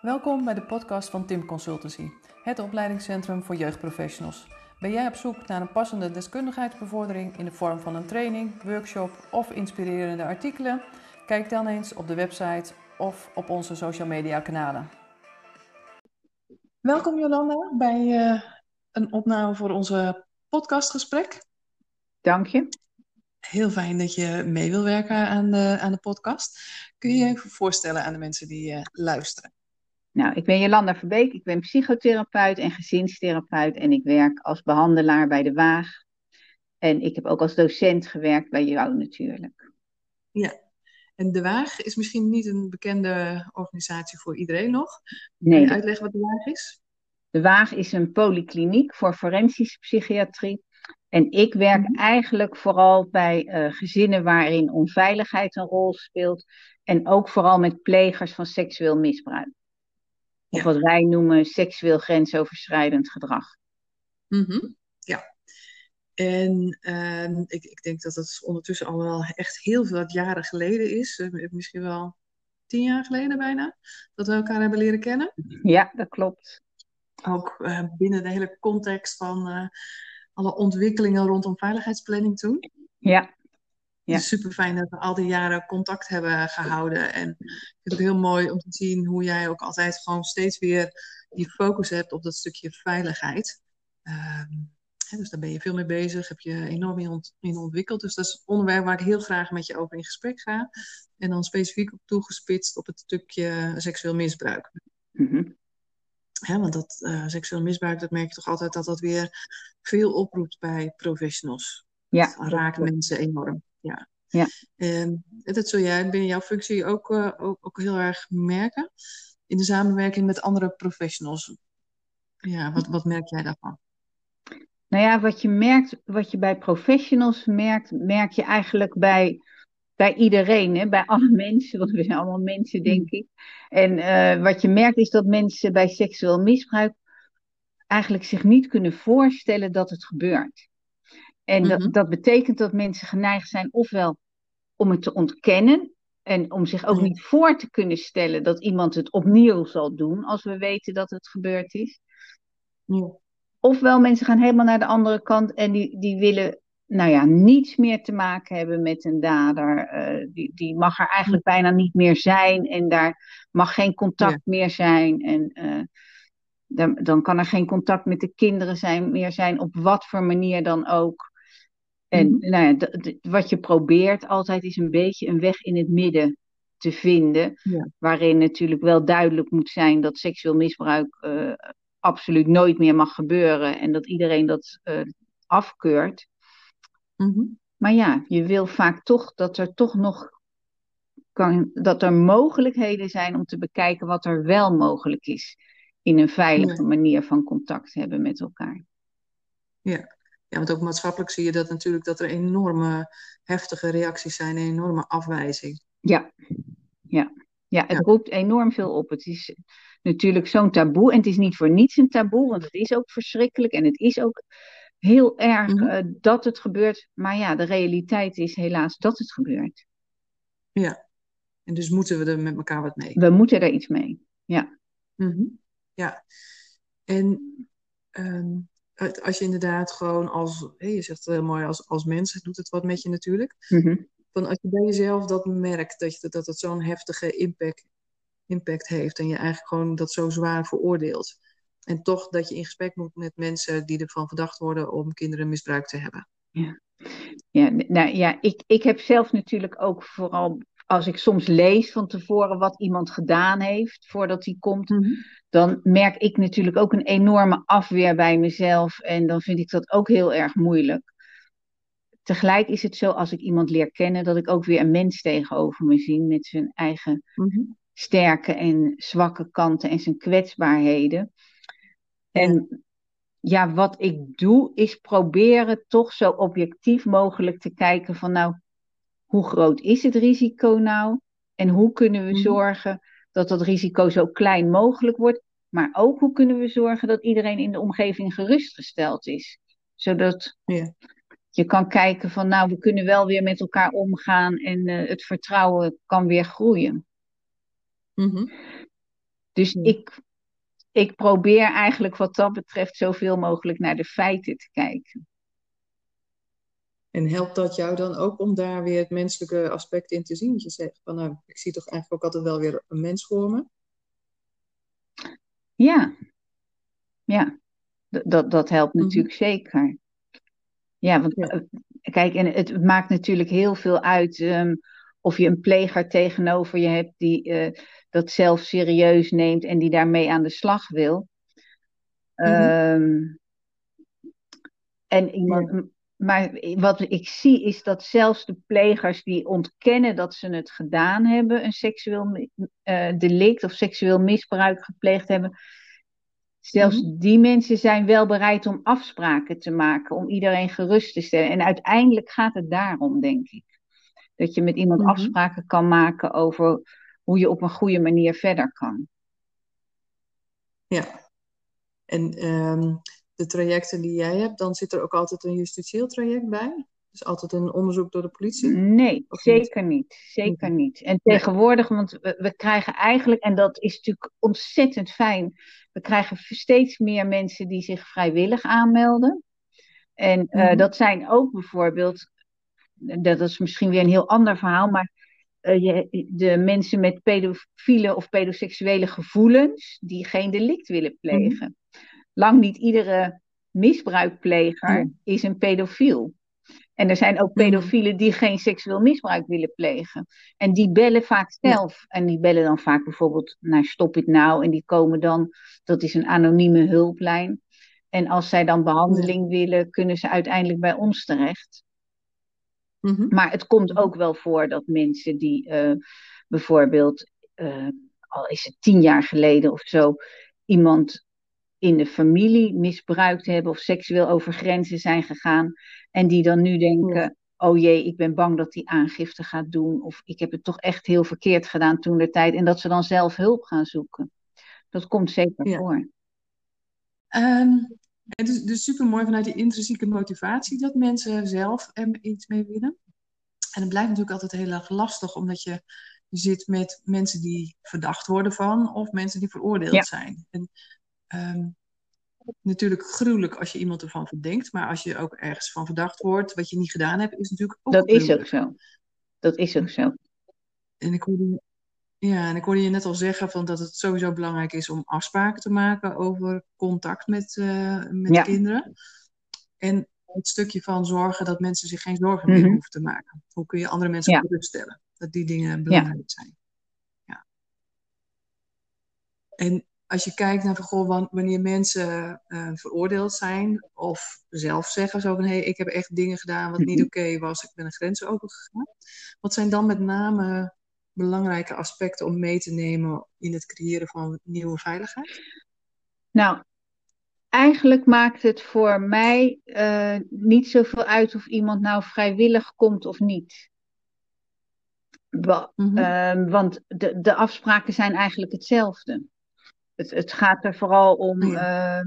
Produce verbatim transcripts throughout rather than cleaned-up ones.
Welkom bij de podcast van Tim Consultancy, het opleidingscentrum voor jeugdprofessionals. Ben jij op zoek naar een passende deskundigheidsbevordering in de vorm van een training, workshop of inspirerende artikelen? Kijk dan eens op de website of op onze social media kanalen. Welkom Jolanda bij uh, een opname voor onze podcastgesprek. Dank je. Heel fijn dat je mee wil werken aan de, aan de podcast. Kun je je even voorstellen aan de mensen die uh, luisteren? Nou, ik ben Jolanda Verbeek, ik ben psychotherapeut en gezinstherapeut en ik werk als behandelaar bij de Waag. En ik heb ook als docent gewerkt bij jou natuurlijk. Ja, en de Waag is misschien niet een bekende organisatie voor iedereen nog. Nee, Kun je uitleggen wat de Waag is? De Waag is een polykliniek voor forensische psychiatrie. En ik werk mm-hmm. eigenlijk vooral bij uh, gezinnen waarin onveiligheid een rol speelt. En ook vooral met plegers van seksueel misbruik. Of ja. wat wij noemen seksueel grensoverschrijdend gedrag. Mm-hmm. Ja. En uh, ik, ik denk dat het ondertussen al wel echt heel veel jaren geleden is. Uh, misschien wel tien jaar geleden bijna. Dat we elkaar hebben leren kennen. Ja, dat klopt. Ook uh, binnen de hele context van uh, alle ontwikkelingen rondom veiligheidsplanning toen. Ja. Ja. Het is super fijn dat we al die jaren contact hebben gehouden. En ik vind het ook heel mooi om te zien hoe jij ook altijd gewoon steeds weer die focus hebt op dat stukje veiligheid. Um, hè, dus daar ben je veel mee bezig, heb je enorm in, ont- in ontwikkeld. Dus dat is een onderwerp waar ik heel graag met je over in gesprek ga. En dan specifiek op toegespitst op het stukje seksueel misbruik. Mm-hmm. Hè, want dat uh, seksueel misbruik, dat merk je toch altijd dat dat weer veel oproept bij professionals. Ja. Dat raakt mensen enorm. Ja. Ja. En dat zul jij binnen jouw functie ook, uh, ook, ook heel erg merken. In de samenwerking met andere professionals. Ja, wat, wat merk jij daarvan? Nou ja, wat je merkt, wat je bij professionals merkt, merk je eigenlijk bij, bij iedereen, hè? Bij alle mensen, want we zijn allemaal mensen, denk ik. En uh, wat je merkt is dat mensen bij seksueel misbruik eigenlijk zich niet kunnen voorstellen dat het gebeurt. En mm-hmm. dat, dat betekent dat mensen geneigd zijn ofwel om het te ontkennen en om zich ook ja. niet voor te kunnen stellen dat iemand het opnieuw zal doen als we weten dat het gebeurd is. Ja. Ofwel mensen gaan helemaal naar de andere kant en die, die willen nou ja, niets meer te maken hebben met een dader. Uh, die, die mag er eigenlijk bijna niet meer zijn en daar mag geen contact ja. meer zijn. En uh, dan, dan kan er geen contact met de kinderen zijn, meer zijn, op wat voor manier dan ook. En mm-hmm. nou ja, d- d- wat je probeert altijd is een beetje een weg in het midden te vinden. Ja. Waarin natuurlijk wel duidelijk moet zijn dat seksueel misbruik uh, absoluut nooit meer mag gebeuren. En dat iedereen dat uh, afkeurt. Mm-hmm. Maar ja, je wil vaak toch dat er toch nog kan, dat er mogelijkheden zijn om te bekijken wat er wel mogelijk is. In een veilige ja. manier van contact hebben met elkaar. Ja. Ja, want ook maatschappelijk zie je dat natuurlijk dat er enorme heftige reacties zijn, een enorme afwijzing. Ja, ja. ja het ja. roept enorm veel op. Het is natuurlijk zo'n taboe en het is niet voor niets een taboe, want het is ook verschrikkelijk en het is ook heel erg mm-hmm. uh, dat het gebeurt. Maar ja, de realiteit is helaas dat het gebeurt. Ja, en dus moeten we er met elkaar wat mee. We moeten er iets mee, ja. Mm-hmm. Ja, en... Um... Als je inderdaad gewoon als, hé, je zegt het heel mooi, als, als mens doet het wat met je natuurlijk. Mm-hmm. Van als je bij jezelf dat merkt, dat, je, dat het zo'n heftige impact, impact heeft en je eigenlijk gewoon dat zo zwaar veroordeelt. En toch dat je in gesprek moet met mensen die ervan verdacht worden om kinderen misbruikt te hebben. Ja, ja, nou, ja ik, ik heb zelf natuurlijk ook vooral, als ik soms lees van tevoren wat iemand gedaan heeft voordat hij komt, mm-hmm. dan merk ik natuurlijk ook een enorme afweer bij mezelf en dan vind ik dat ook heel erg moeilijk. Tegelijk is het zo, als ik iemand leer kennen, dat ik ook weer een mens tegenover me zie met zijn eigen mm-hmm. sterke en zwakke kanten en zijn kwetsbaarheden. En ja, wat ik doe is proberen toch zo objectief mogelijk te kijken van nou, hoe groot is het risico nou? En hoe kunnen we mm-hmm. zorgen dat dat risico zo klein mogelijk wordt? Maar ook hoe kunnen we zorgen dat iedereen in de omgeving gerustgesteld is? Zodat ja. je kan kijken van nou, we kunnen wel weer met elkaar omgaan en uh, het vertrouwen kan weer groeien. Mm-hmm. Dus Ja. ik, ik probeer eigenlijk wat dat betreft zoveel mogelijk naar de feiten te kijken. En helpt dat jou dan ook om daar weer het menselijke aspect in te zien? Dat je zegt van nou, ik zie toch eigenlijk ook altijd wel weer een mens voor me. Ja, ja. D- dat, dat helpt Mhm. natuurlijk zeker. Ja, want Ja. eh, kijk, en het maakt natuurlijk heel veel uit ehm, of je een pleger tegenover je hebt die eh, dat zelf serieus neemt en die daarmee aan de slag wil. Mhm. Ehm, en Ja. iemand, maar wat ik zie is dat zelfs de plegers die ontkennen dat ze het gedaan hebben, een seksueel mi- eh, delict of seksueel misbruik gepleegd hebben, zelfs Mhm. die mensen zijn wel bereid om afspraken te maken, om iedereen gerust te stellen. En uiteindelijk gaat het daarom, denk ik. Dat je met iemand Mhm. afspraken kan maken over hoe je op een goede manier verder kan. Ja. En ehm, de trajecten die jij hebt, dan zit er ook altijd een justitieel traject bij? Dus altijd een onderzoek door de politie? Nee, Of niet? zeker niet. Zeker Nee. niet. En Nee. tegenwoordig, want we, we krijgen eigenlijk, en dat is natuurlijk ontzettend fijn, we krijgen steeds meer mensen die zich vrijwillig aanmelden. En uh, Mhm. dat zijn ook bijvoorbeeld, dat is misschien weer een heel ander verhaal, maar uh, je, de mensen met pedofiele of pedoseksuele gevoelens die geen delict willen Mhm. plegen. Lang niet iedere Ja. misbruikpleger is een pedofiel. En er zijn ook Mhm. pedofielen die geen seksueel misbruik willen plegen. En die bellen vaak Ja. zelf. En die bellen dan vaak bijvoorbeeld naar Stop It Now. En die komen dan, dat is een anonieme hulplijn. En als zij dan Ja. behandeling willen, kunnen ze uiteindelijk bij ons terecht. Mhm. Maar het komt Mhm. ook wel voor dat mensen die uh, bijvoorbeeld, uh, al is het tien jaar geleden of zo, iemand in de familie misbruikt hebben of seksueel over grenzen zijn gegaan. En die dan nu Ja. denken, oh jee, ik ben bang dat die aangifte gaat doen. Of ik heb het toch echt heel verkeerd gedaan toen de tijd. En dat ze dan zelf hulp gaan zoeken. Dat komt zeker Ja. voor. Um, het is dus super mooi vanuit die intrinsieke motivatie dat mensen zelf er iets mee willen. En het blijft natuurlijk altijd heel erg lastig, omdat je zit met mensen die verdacht worden van, of mensen die veroordeeld Ja, zijn. En um, natuurlijk gruwelijk als je iemand ervan verdenkt, maar als je ook ergens van verdacht wordt, wat je niet gedaan hebt, is natuurlijk ook dat is ook gruwelijk. zo. Dat is ook zo. En ik hoorde, ja, en ik hoorde je net al zeggen van dat het sowieso belangrijk is om afspraken te maken over contact met, uh, met Ja. kinderen. En het stukje van zorgen dat mensen zich geen zorgen meer Mm-hmm. hoeven te maken. Hoe kun je andere mensen Ja. geruststellen? Dat die dingen Ja. belangrijk zijn. Ja. En als je kijkt naar goh, wanneer mensen uh, veroordeeld zijn of zelf zeggen zo van hé, hey, ik heb echt dingen gedaan wat niet oké okay was, ik ben een grens overgegaan. Wat zijn dan met name belangrijke aspecten om mee te nemen in het creëren van nieuwe veiligheid? Nou, eigenlijk maakt het voor mij uh, niet zoveel uit of iemand nou vrijwillig komt of niet. Wa- Mm-hmm. uh, want de, de afspraken zijn eigenlijk hetzelfde. Het, het gaat er vooral om. Oh, ja. Uh,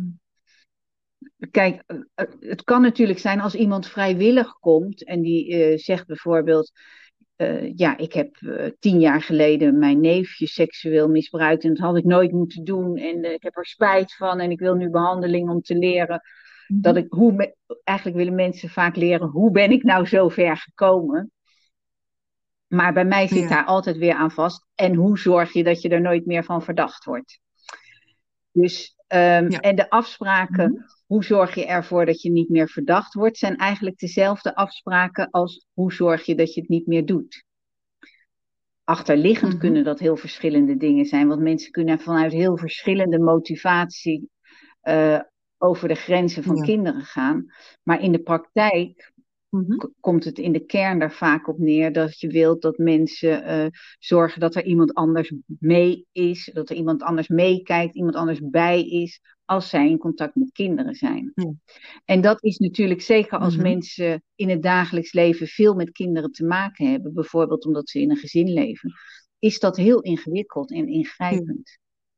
kijk, uh, het kan natuurlijk zijn als iemand vrijwillig komt en die uh, zegt bijvoorbeeld. Uh, ja, ik heb uh, tien jaar geleden mijn neefje seksueel misbruikt en dat had ik nooit moeten doen. En uh, ik heb er spijt van en ik wil nu behandeling om te leren. Dat Mm-hmm. ik, hoe me, eigenlijk willen mensen vaak leren, hoe ben ik nou zo ver gekomen? Maar bij mij zit Ja. daar altijd weer aan vast. En hoe zorg je dat je er nooit meer van verdacht wordt? Dus, um, Ja. en de afspraken, Mm-hmm. hoe zorg je ervoor dat je niet meer verdacht wordt, zijn eigenlijk dezelfde afspraken als hoe zorg je dat je het niet meer doet. Achterliggend Mm-hmm. kunnen dat heel verschillende dingen zijn, want mensen kunnen vanuit heel verschillende motivatie uh, over de grenzen van Ja. kinderen gaan. Maar in de praktijk Mm-hmm. k- komt het in de kern daar vaak op neer dat je wilt dat mensen uh, zorgen dat er iemand anders mee is, dat er iemand anders meekijkt, iemand anders bij is, als zij in contact met kinderen zijn. Ja. En dat is natuurlijk zeker als Mm-hmm. mensen in het dagelijks leven veel met kinderen te maken hebben, bijvoorbeeld omdat ze in een gezin leven, is dat heel ingewikkeld en ingrijpend.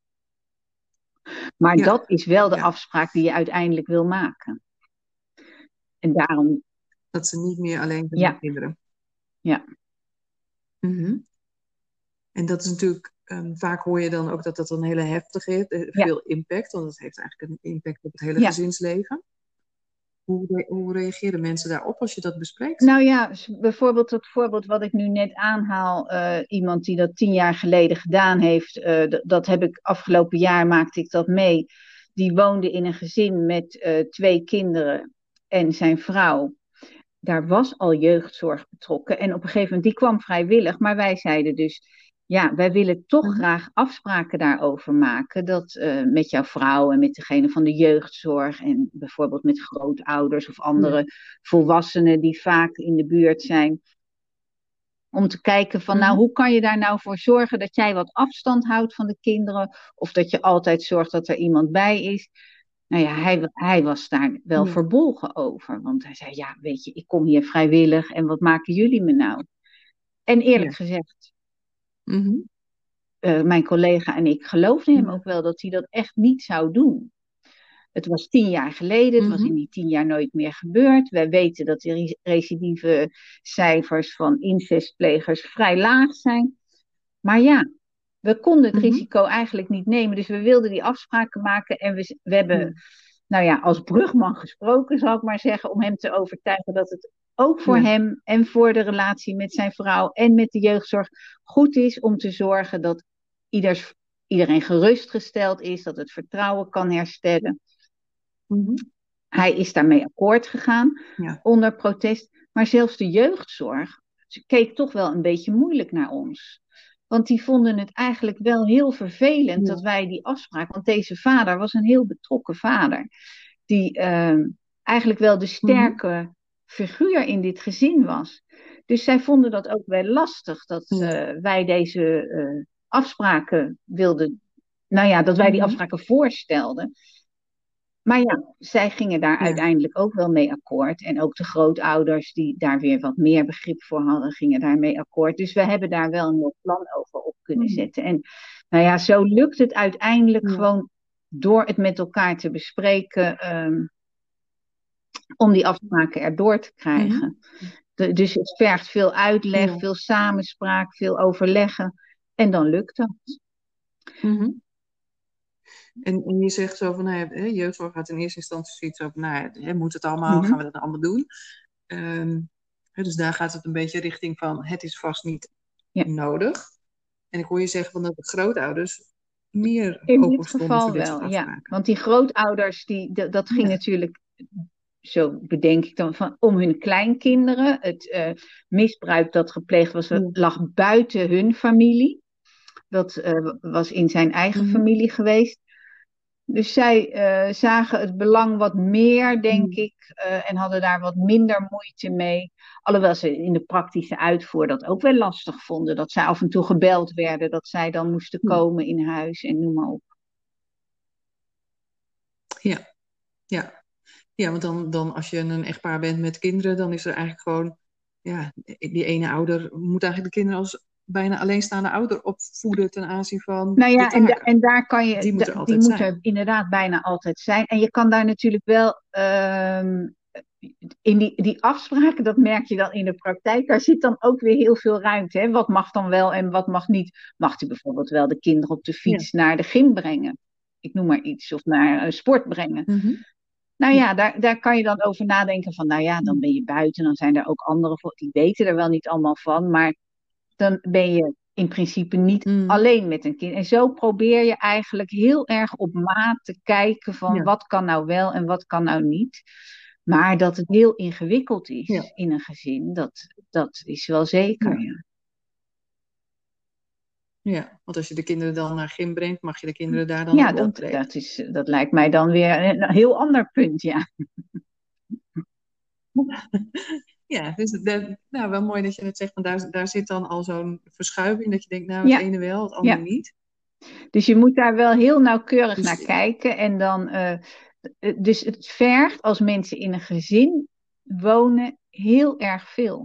Ja. Maar Ja. dat is wel de Ja. afspraak die je uiteindelijk wil maken. En daarom. Dat ze niet meer alleen zijn Ja. met kinderen. Ja. Mm-hmm. En dat is natuurlijk Um, vaak hoor je dan ook dat dat een hele heftige heeft, uh, Ja. veel impact, want het heeft eigenlijk een impact op het hele Ja. gezinsleven. Hoe, re- hoe reageren mensen daarop als je dat bespreekt? Nou ja, s- bijvoorbeeld het voorbeeld wat ik nu net aanhaal. eh, iemand die dat tien jaar geleden gedaan heeft. eh, d- dat heb ik afgelopen jaar maakte ik dat mee. Die woonde in een gezin met eh, twee kinderen en zijn vrouw. Daar was al jeugdzorg betrokken. En op een gegeven moment, die kwam vrijwillig. Maar wij zeiden dus, ja, wij willen toch Mhm. graag afspraken daarover maken. Dat eh, met jouw vrouw en met degene van de jeugdzorg. En bijvoorbeeld met grootouders of andere Ja. volwassenen die vaak in de buurt zijn. Om te kijken van, nou, Mhm. hoe kan je daar nou voor zorgen dat jij wat afstand houdt van de kinderen? Of dat je altijd zorgt dat er iemand bij is. Nou ja, hij, hij was daar wel Ja. verbolgen over. Want hij zei, ja, weet je, ik kom hier vrijwillig en wat maken jullie me nou? En eerlijk Ja. gezegd, Mhm. uh, mijn collega en ik geloofden hem Ja. ook wel dat hij dat echt niet zou doen. Het was tien jaar geleden, het was Mhm. in die tien jaar nooit meer gebeurd. Wij weten dat de recidieve cijfers van incestplegers vrij laag zijn. Maar ja, we konden het Mhm. risico eigenlijk niet nemen. Dus we wilden die afspraken maken. En we, we hebben, Ja. nou ja, als brugman gesproken, zal ik maar zeggen, om hem te overtuigen dat het ook voor Ja. hem en voor de relatie met zijn vrouw en met de jeugdzorg goed is om te zorgen dat ieders, iedereen gerustgesteld is, dat het vertrouwen kan herstellen. Mhm. Hij is daarmee akkoord gegaan, Ja. onder protest. Maar zelfs de jeugdzorg keek toch wel een beetje moeilijk naar ons. Want die vonden het eigenlijk wel heel vervelend Ja. dat wij die afspraak... Want deze vader was een heel betrokken vader. Die uh, eigenlijk wel de sterke Mhm. figuur in dit gezin was. Dus zij vonden dat ook wel lastig dat Ja. uh, wij deze uh, afspraken wilden... Nou ja, dat wij die Mhm. afspraken voorstelden. Maar ja, zij gingen daar Ja. uiteindelijk ook wel mee akkoord. En ook de grootouders die daar weer wat meer begrip voor hadden, gingen daarmee akkoord. Dus we hebben daar wel een heel plan over op kunnen Mhm. zetten. En nou ja, zo lukt het uiteindelijk Ja. gewoon door het met elkaar te bespreken, um, om die afspraken erdoor te krijgen. Mhm. De, dus het vergt veel uitleg, Ja. veel samenspraak, veel overleggen. En dan lukt dat. Mhm. En, en je zegt zo van, nou ja, jeugdzorg gaat in eerste instantie zoiets over, nou ja, moet het allemaal, Mm-hmm. gaan we dat allemaal doen? Um, dus daar gaat het een beetje richting van, het is vast niet Ja. nodig. En ik hoor je zeggen van dat de grootouders meer in open dit stonden voor geval dit soort wel, ja. afspraken. Want die grootouders, die, dat, dat ging Ja. natuurlijk, zo bedenk ik dan, van, om hun kleinkinderen. Het uh, misbruik dat gepleegd was, Ja. lag buiten hun familie. Dat uh, was in zijn eigen Mm-hmm. familie geweest. Dus zij uh, zagen het belang wat meer, denk Mm-hmm. ik, uh, en hadden daar wat minder moeite mee. Alhoewel ze in de praktische uitvoer dat ook wel lastig vonden. Dat zij af en toe gebeld werden, dat zij dan moesten Ja. komen in huis en noem maar op. Ja, ja. Ja, want dan, dan als je een echtpaar bent met kinderen, dan is er eigenlijk gewoon, ja, die ene ouder moet eigenlijk de kinderen als bijna alleenstaande ouder opvoeden ten aanzien van Nou ja, de en, da- taken. en daar kan je, Die moet er da- die altijd moet zijn. er inderdaad bijna altijd zijn. En je kan daar natuurlijk wel, um, in die, die afspraken, dat merk je dan in de praktijk, daar zit dan ook weer heel veel ruimte. Hè? Wat mag dan wel en wat mag niet? Mag hij bijvoorbeeld wel de kinderen op de fiets Ja. naar de gym brengen? Ik noem maar iets. Of naar uh, sport brengen. Mm-hmm. Nou ja, daar, daar kan je dan over nadenken van, nou ja, dan ben je buiten. Dan zijn er ook anderen voor, die weten er wel niet allemaal van. Maar dan ben je in principe niet Mm. alleen met een kind. En zo probeer je eigenlijk heel erg op maat te kijken van Ja. wat kan nou wel en wat kan nou niet. Maar dat het heel ingewikkeld is Ja. in een gezin, dat, dat is wel zeker. Ja. Ja. Ja, want als je de kinderen dan naar gym brengt, mag je de kinderen daar dan Ja, ook dat, optreden. dat, is, dat lijkt mij dan weer een heel ander punt, ja. Ja, dus de, nou, wel mooi dat je het zegt, want daar, daar zit dan al zo'n verschuiving, dat je denkt, nou, het Ja. ene wel, het andere Ja. niet. Dus je moet daar wel heel nauwkeurig Dus, naar kijken. En dan, uh, dus het vergt als mensen in een gezin wonen heel erg veel.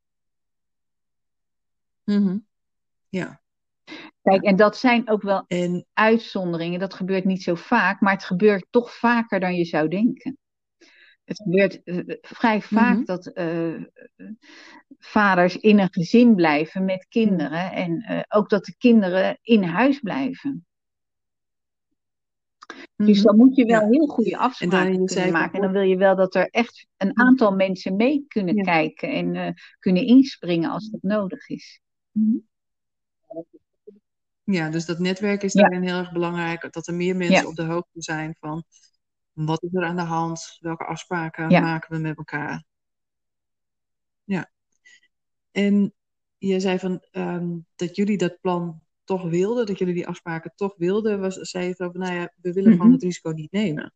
Mm-hmm. Ja. Kijk, en dat zijn ook wel en, uitzonderingen. Dat gebeurt niet zo vaak, maar het gebeurt toch vaker dan je zou denken. Het gebeurt uh, vrij vaak Mhm. dat uh, vaders in een gezin blijven met Ja. kinderen. En uh, ook dat de kinderen in huis blijven. Dus Mhm. dan moet je wel Ja. heel goede En afspraken daarin je kunnen zei van maken. En dan voor... wil je wel dat er echt een aantal mensen mee kunnen Ja. kijken en uh, kunnen inspringen als dat nodig is. Mhm. Ja, dus dat netwerk is Ja, daarin heel erg belangrijk. Dat er meer mensen ja, op de hoogte zijn van wat is er aan de hand, welke afspraken ja. maken we met elkaar. Ja. En je zei van um, dat jullie dat plan toch wilden, dat jullie die afspraken toch wilden, was, zei je van, nou ja, we willen gewoon het Mm-hmm. risico niet nemen.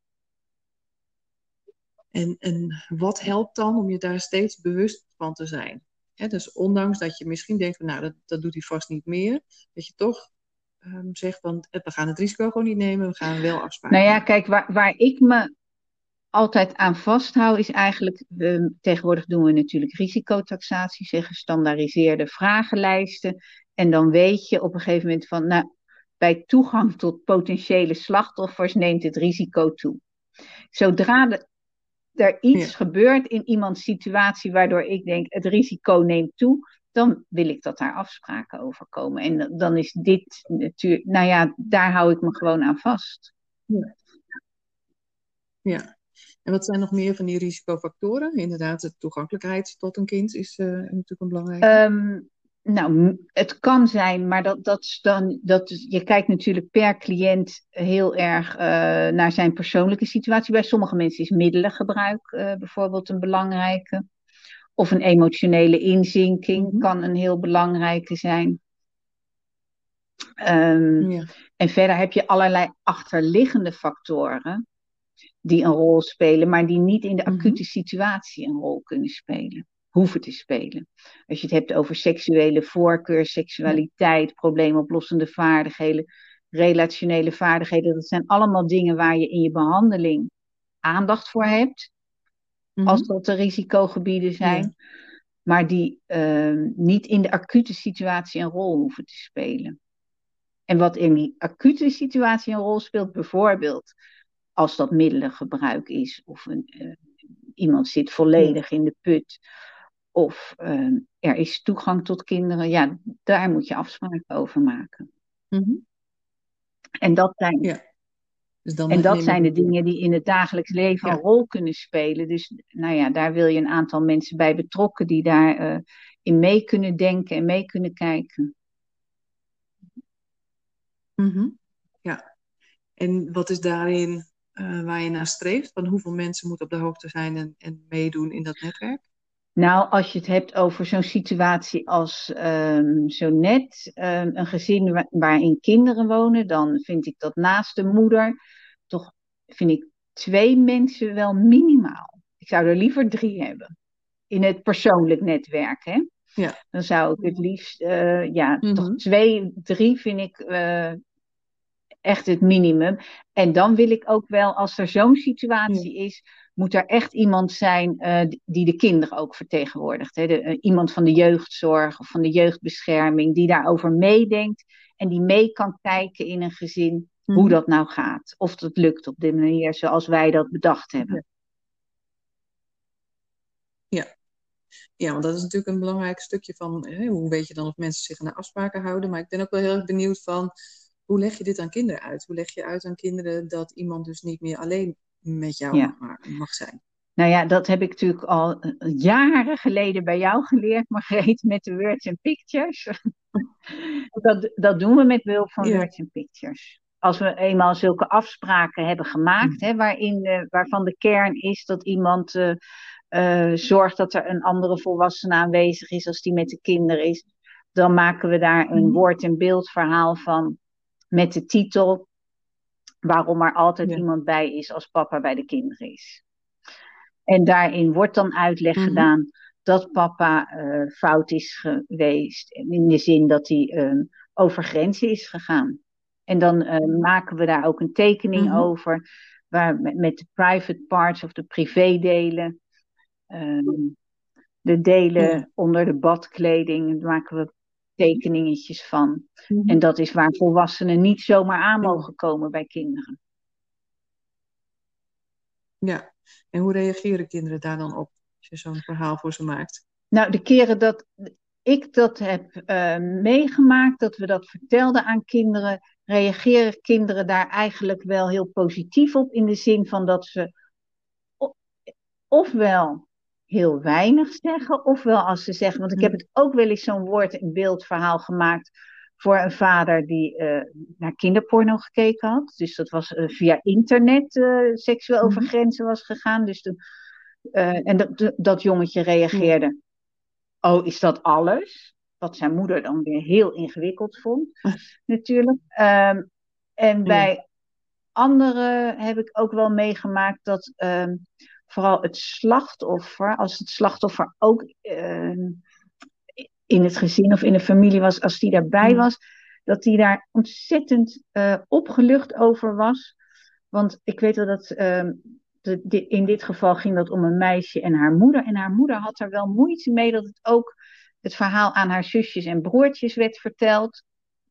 En, en wat helpt dan om je daar steeds bewust van te zijn? Hè, dus ondanks dat je misschien denkt van, nou, dat, dat doet hij vast niet meer, dat je toch um, zegt van, we gaan het risico gewoon niet nemen, we gaan wel afspraken Nou ja, maken. kijk, waar, waar ik me altijd aan vasthoud is eigenlijk, we, tegenwoordig doen we natuurlijk risicotaxatie, zeggen gestandaardiseerde vragenlijsten. En dan weet je op een gegeven moment van, nou, bij toegang tot potentiële slachtoffers neemt het risico toe. Zodra de, er iets Ja. gebeurt in iemands situatie waardoor ik denk, het risico neemt toe, dan wil ik dat daar afspraken over komen. En dan is dit natuurlijk, nou ja, daar hou ik me gewoon aan vast. Ja. Ja. En wat zijn nog meer van die risicofactoren? Inderdaad, de toegankelijkheid tot een kind is uh, natuurlijk een belangrijke. Um, nou, het kan zijn, maar dat, dat, dan, dat, je kijkt natuurlijk per cliënt heel erg uh, naar zijn persoonlijke situatie. Bij sommige mensen is middelengebruik uh, bijvoorbeeld een belangrijke. Of een emotionele inzinking Mm-hmm. kan een heel belangrijke zijn. Um, ja. En verder heb je allerlei achterliggende factoren die een rol spelen, maar die niet in de acute mm-hmm. situatie een rol kunnen spelen. Hoeven te spelen. Als je het hebt over seksuele voorkeur, seksualiteit, ja. probleemoplossende vaardigheden, relationele vaardigheden, dat zijn allemaal dingen waar je in je behandeling aandacht voor hebt, mm-hmm. als dat de risicogebieden zijn, ja. maar die uh, niet in de acute situatie een rol hoeven te spelen. En wat in die acute situatie een rol speelt, bijvoorbeeld als dat middelengebruik is, of een, uh, iemand zit volledig ja. in de put, of uh, er is toegang tot kinderen, ja, daar moet je afspraken over maken. Mm-hmm. En dat zijn, ja. dus dan en dat zijn de dingen die in het dagelijks leven ja. een rol kunnen spelen. Dus nou ja, daar wil je een aantal mensen bij betrokken die daar uh, in mee kunnen denken en mee kunnen kijken. Mm-hmm. Ja, en wat is daarin uh, waar je naar streeft? Van hoeveel mensen moeten op de hoogte zijn en, en meedoen in dat netwerk? Nou, als je het hebt over zo'n situatie als um, zo net, um, een gezin wa- waarin kinderen wonen, dan vind ik dat naast de moeder toch, vind ik twee mensen wel minimaal. Ik zou er liever drie hebben. In het persoonlijk netwerk, hè? Ja. Dan zou ik het liefst, uh, ja, mm-hmm. toch twee, drie vind ik uh, echt het minimum. En dan wil ik ook wel, als er zo'n situatie ja. is, moet er echt iemand zijn uh, die de kinderen ook vertegenwoordigt. Hè? De, uh, iemand van de jeugdzorg of van de jeugdbescherming, die daarover meedenkt en die mee kan kijken in een gezin mm-hmm. hoe dat nou gaat. Of dat lukt op de manier zoals wij dat bedacht hebben. Ja. ja. Ja, want dat is natuurlijk een belangrijk stukje van hè, hoe weet je dan of mensen zich aan de afspraken houden. Maar ik ben ook wel heel erg benieuwd van hoe leg je dit aan kinderen uit? Hoe leg je uit aan kinderen dat iemand dus niet meer alleen met jou ja. mag, mag zijn? Nou ja, dat heb ik natuurlijk al jaren geleden bij jou geleerd, Margreet, met de Words and Pictures. dat, dat doen we met behulp van ja. Words and Pictures. Als we eenmaal zulke afspraken hebben gemaakt, mm. hè, waarin, uh, waarvan de kern is dat iemand uh, uh, zorgt dat er een andere volwassene aanwezig is als die met de kinderen is, dan maken we daar een mm. woord- en beeldverhaal van met de titel waarom er altijd ja. iemand bij is als papa bij de kinderen is. En daarin wordt dan uitleg mm-hmm. gedaan dat papa uh, fout is geweest. In de zin dat hij uh, over grenzen is gegaan. En dan uh, maken we daar ook een tekening mm-hmm. over. Waar, met, met de private parts of de privédelen. Uh, de delen mm. onder de badkleding. Daar maken we tekeningetjes van. Mm-hmm. En dat is waar volwassenen niet zomaar aan mogen komen bij kinderen. Ja. En hoe reageren kinderen daar dan op als je zo'n verhaal voor ze maakt? Nou, de keren dat ik dat heb uh, meegemaakt, dat we dat vertelden aan kinderen, reageren kinderen daar eigenlijk wel heel positief op. In de zin van dat ze ofwel heel weinig zeggen, ofwel als ze zeggen, want ik heb het ook wel eens zo'n woord- en beeldverhaal gemaakt voor een vader die uh, naar kinderporno gekeken had. Dus dat was uh, via internet uh, seksueel over grenzen was gegaan. Dus de, uh, en dat, dat jongetje reageerde, oh, is dat alles? Wat zijn moeder dan weer heel ingewikkeld vond, natuurlijk. Um, en bij ja. anderen heb ik ook wel meegemaakt dat um, vooral het slachtoffer, als het slachtoffer ook uh, in het gezin of in de familie was, als die daarbij was, dat die daar ontzettend uh, opgelucht over was. Want ik weet wel dat uh, de, de, in dit geval ging dat om een meisje en haar moeder. En haar moeder had er wel moeite mee dat het ook het verhaal aan haar zusjes en broertjes werd verteld.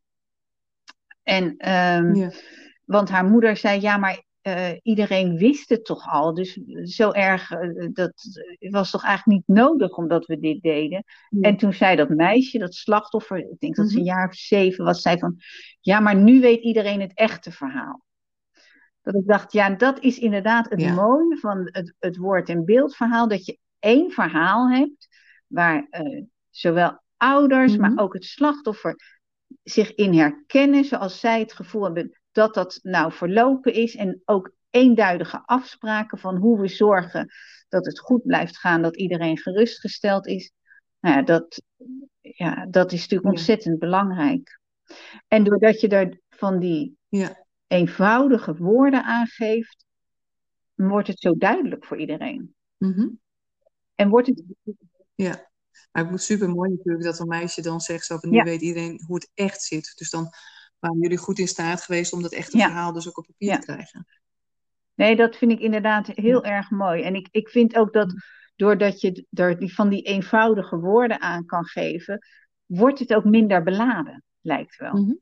En, um, yeah. Want haar moeder zei, ja, maar uh, iedereen wist het toch al. Dus zo erg, uh, dat was toch eigenlijk niet nodig omdat we dit deden. Yeah. En toen zei dat meisje, dat slachtoffer, ik denk dat ze een jaar of zeven was, zei van, ja, maar nu weet iedereen het echte verhaal. Dat ik dacht, ja, dat is inderdaad het ja. mooie van het, het woord- en beeldverhaal. Dat je één verhaal hebt waar uh, zowel ouders, mm-hmm. maar ook het slachtoffer zich in herkennen. Zoals zij het gevoel hebben dat dat nou verlopen is. En ook eenduidige afspraken van hoe we zorgen dat het goed blijft gaan. Dat iedereen gerustgesteld is. Nou ja, dat, ja, dat is natuurlijk ja. ontzettend belangrijk. En doordat je daar van die... Ja. eenvoudige woorden aangeeft, wordt het zo duidelijk voor iedereen. Mm-hmm. En wordt het... Ja, maar het moet super mooi natuurlijk dat een meisje dan zegt zo van nu ja. weet iedereen hoe het echt zit. Dus dan waren jullie goed in staat geweest om dat echte ja. verhaal dus ook op papier ja. te krijgen. Nee, dat vind ik inderdaad heel ja. erg mooi. En ik, ik vind ook dat doordat je er die, van die eenvoudige woorden aan kan geven, wordt het ook minder beladen, lijkt wel. Mm-hmm.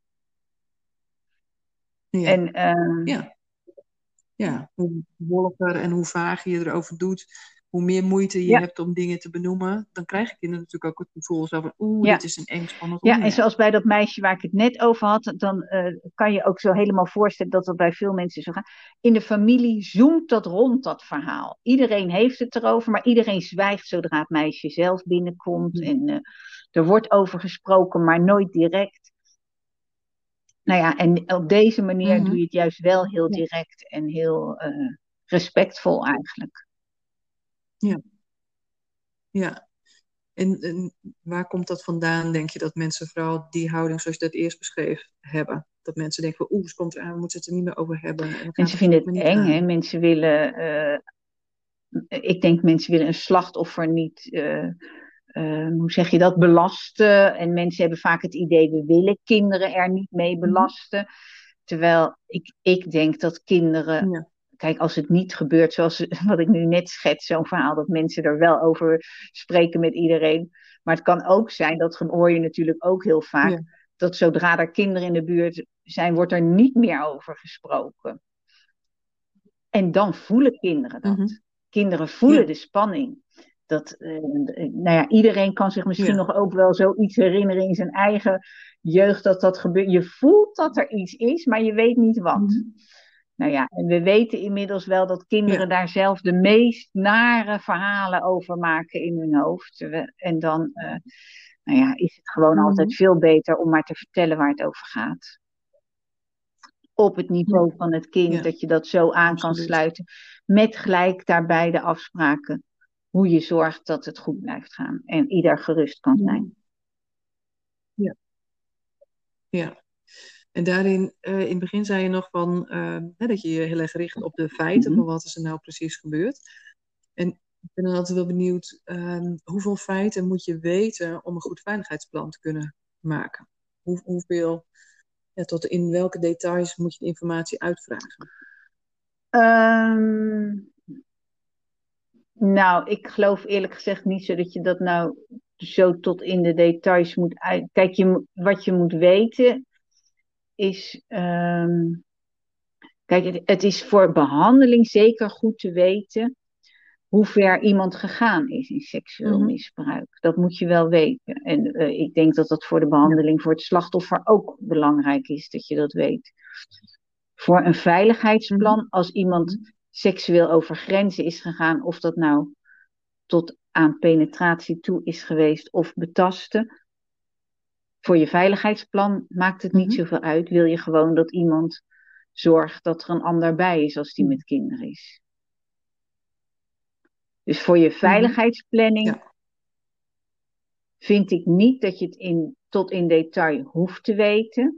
Ja. En, uh, ja. ja, hoe wolliger en hoe vager je erover doet, hoe meer moeite je ja. hebt om dingen te benoemen, dan krijg ik kinderen natuurlijk ook het gevoel zo van, oeh, ja. dit is een eng spannend onderwerp. Ja, en zoals bij dat meisje waar ik het net over had, dan uh, kan je ook zo helemaal voorstellen dat dat bij veel mensen zo gaat. In de familie zoomt dat rond, dat verhaal. Iedereen heeft het erover, maar iedereen zwijgt zodra het meisje zelf binnenkomt. Ja. En uh, er wordt over gesproken, maar nooit direct. Nou ja, en op deze manier mm-hmm. doe je het juist wel heel direct en heel uh, respectvol eigenlijk. Ja. Ja. En, en waar komt dat vandaan, denk je, dat mensen vooral die houding zoals je dat eerst beschreef hebben? Dat mensen denken van, oeh, ze komt eraan, we moeten het er niet meer over hebben. En mensen vinden het eng, hè? Mensen willen, uh, ik denk mensen willen een slachtoffer niet... Uh, Uh, hoe zeg je dat, belasten. En mensen hebben vaak het idee, we willen kinderen er niet mee belasten. Mm. Terwijl ik, ik denk dat kinderen, ja. kijk, als het niet gebeurt zoals wat ik nu net schets, zo'n verhaal, dat mensen er wel over spreken met iedereen. Maar het kan ook zijn, dat hoor je natuurlijk ook heel vaak, ja. dat zodra er kinderen in de buurt zijn, wordt er niet meer over gesproken. En dan voelen kinderen dat. Mm-hmm. Kinderen voelen ja. de spanning. Dat, uh, nou ja, iedereen kan zich misschien ja. nog ook wel zoiets herinneren in zijn eigen jeugd dat dat gebeurt. Je voelt dat er iets is, maar je weet niet wat. Mm-hmm. Nou ja, en we weten inmiddels wel dat kinderen ja. daar zelf de meest nare verhalen over maken in hun hoofd. En dan uh, nou ja, is het gewoon mm-hmm. altijd veel beter om maar te vertellen waar het over gaat. Op het niveau ja. van het kind, ja. dat je dat zo aan Absoluut. Kan sluiten. Met gelijk daarbij de afspraken. Hoe je zorgt dat het goed blijft gaan. En ieder gerust kan zijn. Ja. Ja. En daarin, uh, in het begin zei je nog van... Uh, hè, dat je je heel erg richt op de feiten. Mm-hmm. Van wat is er nou precies gebeurd. En ik ben dan altijd wel benieuwd... Um, hoeveel feiten moet je weten... om een goed veiligheidsplan te kunnen maken? Hoe, hoeveel... Ja, tot in welke details moet je de informatie uitvragen? Um... Nou, ik geloof eerlijk gezegd niet zo dat je dat nou zo tot in de details moet uit... Kijk, je, wat je moet weten is... Um... Kijk, het, het is voor behandeling zeker goed te weten hoe ver iemand gegaan is in seksueel Mhm. misbruik. Dat moet je wel weten. En uh, ik denk dat dat voor de Ja. behandeling voor het slachtoffer ook belangrijk is, dat je dat weet. Voor een veiligheidsplan, Mhm. als iemand Mhm. seksueel over grenzen is gegaan, of dat nou tot aan penetratie toe is geweest of betasten. Voor je veiligheidsplan maakt het niet Mhm. zoveel uit. Wil je gewoon dat iemand zorgt dat er een ander bij is als die Mhm. met kinderen is. Dus voor je Mhm. veiligheidsplanning Ja. vind ik niet dat je het in, tot in detail hoeft te weten.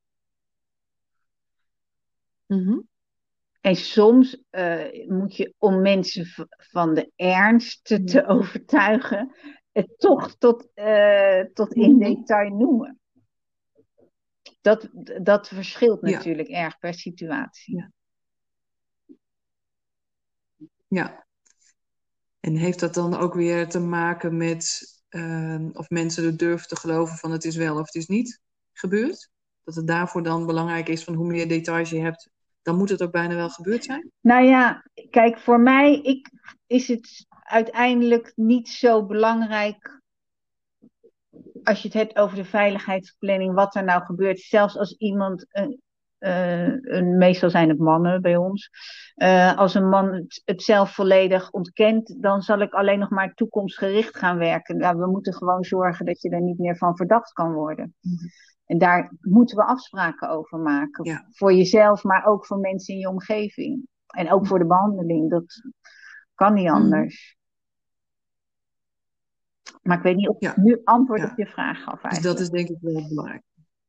Mhm. En soms uh, moet je, om mensen v- van de ernst te, te overtuigen, het toch tot, uh, tot in Mhm. detail noemen. Dat, dat verschilt Ja. natuurlijk erg per situatie. Ja. Ja. En heeft dat dan ook weer te maken met uh, of mensen er durven te geloven van het is wel of het is niet gebeurd? Dat het daarvoor dan belangrijk is van hoe meer details je hebt, dan moet het ook bijna wel gebeurd zijn? Nou ja, kijk, voor mij ik, is het uiteindelijk niet zo belangrijk als je het hebt over de veiligheidsplanning, wat er nou gebeurt. Zelfs als iemand, uh, uh, een, meestal zijn het mannen bij ons, uh, als een man het, het zelf volledig ontkent, dan zal ik alleen nog maar toekomstgericht gaan werken. Nou, we moeten gewoon zorgen dat je er niet meer van verdacht kan worden. Mm-hmm. En daar moeten we afspraken over maken. Ja. Voor jezelf, maar ook voor mensen in je omgeving. En ook voor de behandeling. Dat kan niet anders. Mm. Maar ik weet niet of ja. ik nu antwoord ja. op je vraag gaf eigenlijk. Dus dat is denk ik wel belangrijk.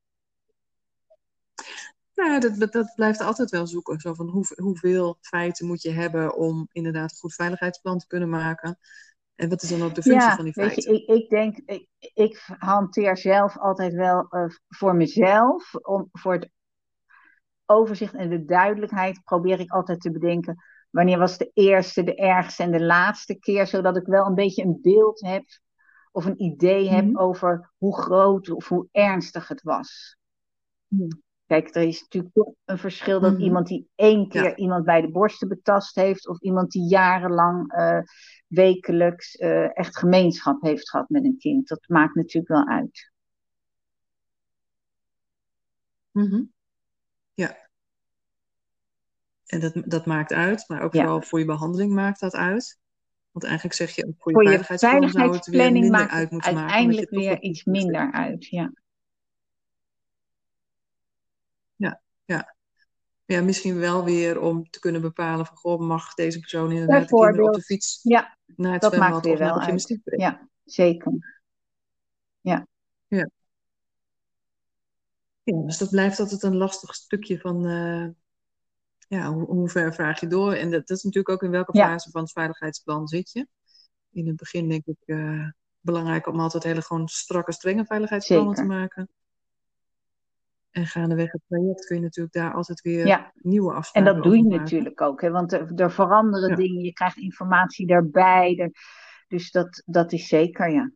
Nou, dat, dat blijft altijd wel zoeken. Zo van hoe, hoeveel feiten moet je hebben om inderdaad een goed veiligheidsplan te kunnen maken. En wat is dan ook de functie ja, van die weet feiten? Je, ik, ik denk, ik, ik hanteer zelf altijd wel uh, voor mezelf, om, voor het overzicht en de duidelijkheid probeer ik altijd te bedenken, wanneer was de eerste, de ergste en de laatste keer, zodat ik wel een beetje een beeld heb of een idee heb mm-hmm. over hoe groot of hoe ernstig het was. Mm. Kijk, er is natuurlijk toch een verschil dat mm-hmm. iemand die één keer ja. iemand bij de borsten betast heeft, of iemand die jarenlang uh, wekelijks uh, echt gemeenschap heeft gehad met een kind. Dat maakt natuurlijk wel uit. Mm-hmm. Ja. En dat, dat maakt uit, maar ook ja. vooral voor je behandeling maakt dat uit. Want eigenlijk zeg je, voor je, voor je veiligheidsplan zou het weer minder maakt uit moeten maken. Uiteindelijk weer iets minder zit. uit, ja. Ja, ja. Ja, misschien wel weer om te kunnen bepalen van, goh, mag deze persoon inderdaad de kinderen op de fiets ja, naar het dat zwembad maakt weer of naar wel de gymnastiek brengen. Ja, zeker. Ja. ja. Ja, dus dat blijft altijd een lastig stukje van, uh, ja, hoe, hoe ver vraag je door? En dat, dat is natuurlijk ook in welke ja. fase van het veiligheidsplan zit je. In het begin denk ik uh, belangrijk om altijd hele gewoon strakke, strenge veiligheidsplannen zeker. te maken. En gaandeweg het traject kun je natuurlijk daar altijd weer ja. nieuwe afspraken over maken. En dat doe je maken. natuurlijk ook, hè? Want er, er veranderen ja. dingen, je krijgt informatie daarbij. Er, dus dat, dat is zeker, ja.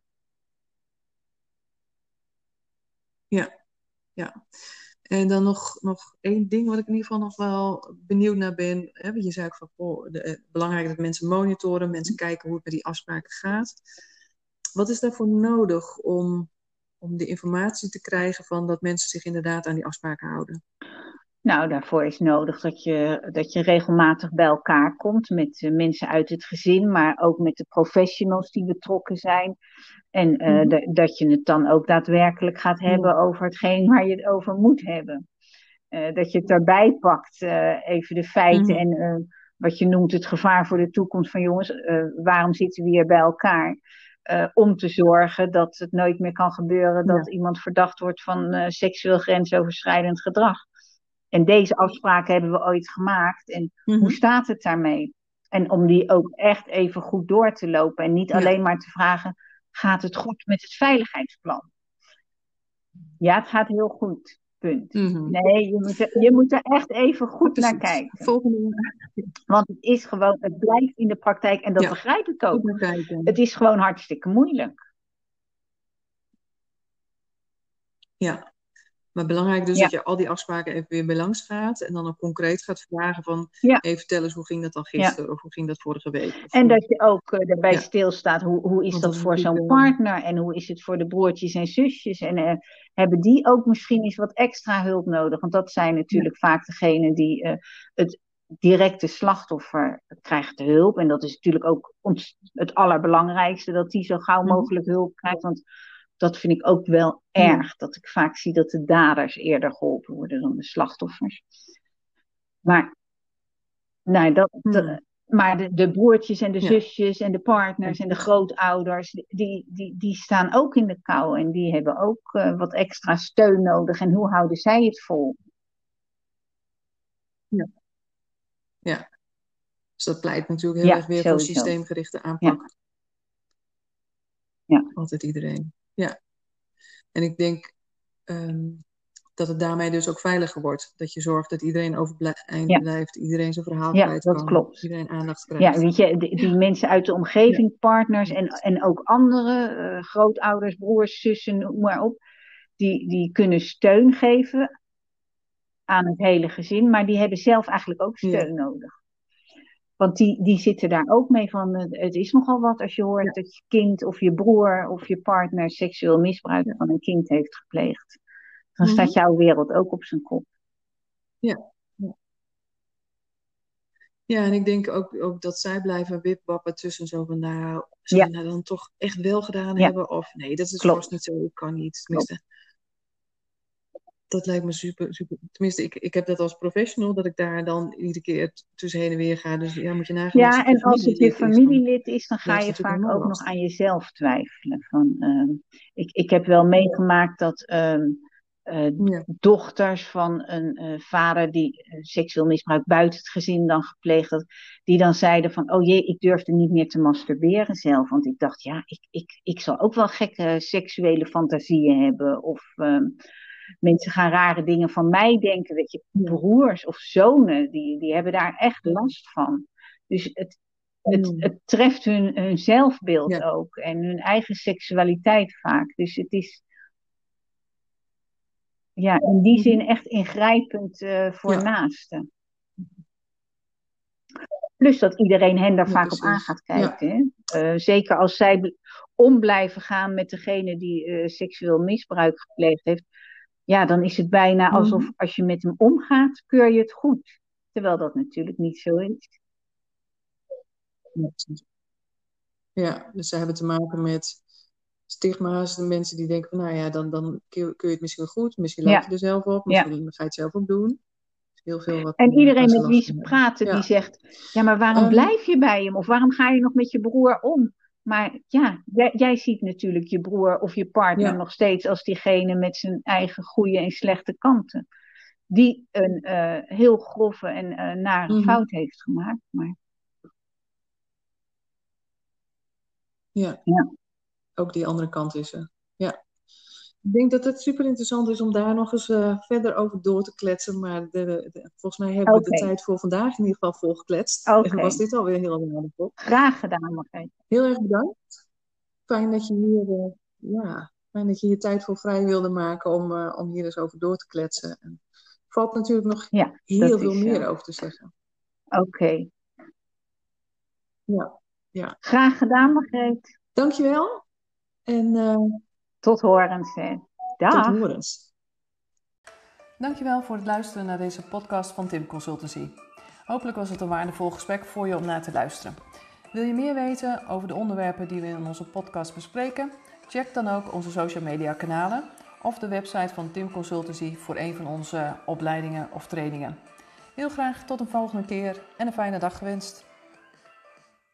Ja, ja. En dan nog, nog één ding wat ik in ieder geval nog wel benieuwd naar ben. Hè? Je zei ook van, oh, de, eh, belangrijk dat mensen monitoren, mensen kijken hoe het met die afspraken gaat. Wat is daarvoor nodig om, om de informatie te krijgen van dat mensen zich inderdaad aan die afspraken houden? Nou, daarvoor is nodig dat je, dat je regelmatig bij elkaar komt met uh, mensen uit het gezin, maar ook met de professionals die betrokken zijn. En uh, mm-hmm. d- dat je het dan ook daadwerkelijk gaat hebben ja. over hetgeen waar je het over moet hebben. Uh, dat je het erbij pakt, uh, even de feiten mm-hmm. en uh, wat je noemt het gevaar voor de toekomst van jongens, uh, waarom zitten we hier bij elkaar? Uh, om te zorgen dat het nooit meer kan gebeuren dat ja. iemand verdacht wordt van uh, seksueel grensoverschrijdend gedrag. En deze afspraken hebben we ooit gemaakt. En mm-hmm. hoe staat het daarmee? En om die ook echt even goed door te lopen. En niet ja. alleen maar te vragen, gaat het goed met het veiligheidsplan? Ja, het gaat heel goed. Punt. Mm-hmm. Nee, je moet, er, je moet er echt even goed naar kijken. Volgende. Want het is gewoon, het blijft in de praktijk. En dat ja. begrijp ik ook. Het is gewoon hartstikke moeilijk. Ja. Maar belangrijk dus Ja. dat je al die afspraken even weer bij langs gaat. En dan ook concreet gaat vragen van... Ja. Even vertel eens, hoe ging dat dan gisteren? Of hoe ging dat vorige week? Of En hoe... dat je ook uh, daarbij Ja. stilstaat, hoe, hoe is Want dat dat is voor zo'n natuurlijk wel- partner? En hoe is het voor de broertjes en zusjes? En uh, hebben die ook misschien eens wat extra hulp nodig? Want dat zijn natuurlijk vaak degenen die uh, het directe slachtoffer krijgt hulp. En dat is natuurlijk ook ons, het allerbelangrijkste, dat die zo gauw mogelijk hulp krijgt. Want dat vind ik ook wel erg, dat ik vaak zie dat de daders eerder geholpen worden dan de slachtoffers. Maar, nou, dat, dat, maar de, de broertjes en de Ja. zusjes en de partners en de grootouders, die, die, die staan ook in de kou en die hebben ook uh, wat extra steun nodig. En hoe houden zij het vol? Ja. Ja. Dus dat pleit natuurlijk heel Ja, erg weer sowieso. voor systeemgerichte aanpak. Ja. Ja. Altijd iedereen. Ja. En ik denk um, dat het daarmee dus ook veiliger wordt. Dat je zorgt dat iedereen overeind Ja. blijft. Iedereen zijn verhaal Ja, kwijt dat kan. klopt. Iedereen aandacht krijgt. Ja, weet je, die, die mensen uit de omgeving, ja. partners en, en ook andere, uh, grootouders, broers, zussen, noem maar op. Die, die kunnen steun geven aan het hele gezin. Maar die hebben zelf eigenlijk ook steun ja. nodig. Want die, die zitten daar ook mee van, het is nogal wat als je hoort ja. dat je kind of je broer of je partner seksueel misbruik ja. van een kind heeft gepleegd. Dan mm-hmm. staat jouw wereld ook op zijn kop. Ja. Ja, ja en ik denk ook, ook dat zij blijven wipwappen tussen zo van, nou, zou je ja. nou dan toch echt wel gedaan ja. hebben? Of nee, dat is Klopt. vast niet zo, ik kan niet. Tenminste, dat lijkt me super, super. Tenminste, ik, ik heb dat als professional, dat ik daar dan iedere keer tussen heen en weer ga. Dus ja, moet je nagaan. Ja, als en als het je familielid is, dan ga je vaak ook last. nog aan jezelf twijfelen. Van, uh, ik, ik heb wel meegemaakt dat um, uh, ja. dochters van een uh, vader die uh, seksueel misbruik buiten het gezin dan gepleegd had, die dan zeiden van, oh jee, ik durfde niet meer te masturberen zelf. Want ik dacht, ja, ik, ik, ik zal ook wel gekke seksuele fantasieën hebben. Of... Um, Mensen gaan rare dingen van mij denken, weet je, broers of zonen, die, die hebben daar echt last van. Dus het, het, het treft hun, hun zelfbeeld ja. ook en hun eigen seksualiteit vaak. Dus het is ja, in die zin echt ingrijpend uh, voor ja. naasten. Plus dat iedereen hen daar ja, vaak precies. op aan gaat kijken. Ja. Hè? Uh, zeker als zij om blijven gaan met degene die uh, seksueel misbruik gepleegd heeft. Ja, dan is het bijna alsof mm-hmm. als je met hem omgaat, keur je het goed. Terwijl dat natuurlijk niet zo is. Ja, dus ze hebben te maken met stigma's. De mensen die denken van, nou ja, dan, dan keur je het misschien goed. Misschien loop je ja. er zelf op. Misschien ja. ga je het zelf op doen. Heel veel wat en iedereen met wie ze praten, ja. die zegt, ja, maar waarom um, blijf je bij hem? Of waarom ga je nog met je broer om? Maar ja, jij, jij ziet natuurlijk je broer of je partner ja. nog steeds als diegene met zijn eigen goede en slechte kanten. Die een uh, heel grove en uh, nare mm-hmm. fout heeft gemaakt. Maar... Ja. ja, ook die andere kant is er. Ja. Ik denk dat het super interessant is om daar nog eens uh, verder over door te kletsen. Maar de, de, de, volgens mij hebben okay. we de tijd voor vandaag in ieder geval volgekletst. Okay. En was dit alweer heel waardevol. Graag gedaan, Margreet. Heel erg bedankt. Fijn dat je hier, uh, ja, fijn dat je hier tijd voor vrij wilde maken om, uh, om hier eens over door te kletsen. En er valt natuurlijk nog ja, heel veel meer zo. over te zeggen. Oké. Okay. Ja, ja. Graag gedaan, Margreet. Dankjewel. En... Uh, Tot horens, hè. Dag. Tot horens. Dankjewel voor het luisteren naar deze podcast van Tim Consultancy. Hopelijk was het een waardevol gesprek voor je om naar te luisteren. Wil je meer weten over de onderwerpen die we in onze podcast bespreken? Check dan ook onze social media kanalen of de website van Tim Consultancy voor een van onze opleidingen of trainingen. Heel graag tot een volgende keer en een fijne dag gewenst.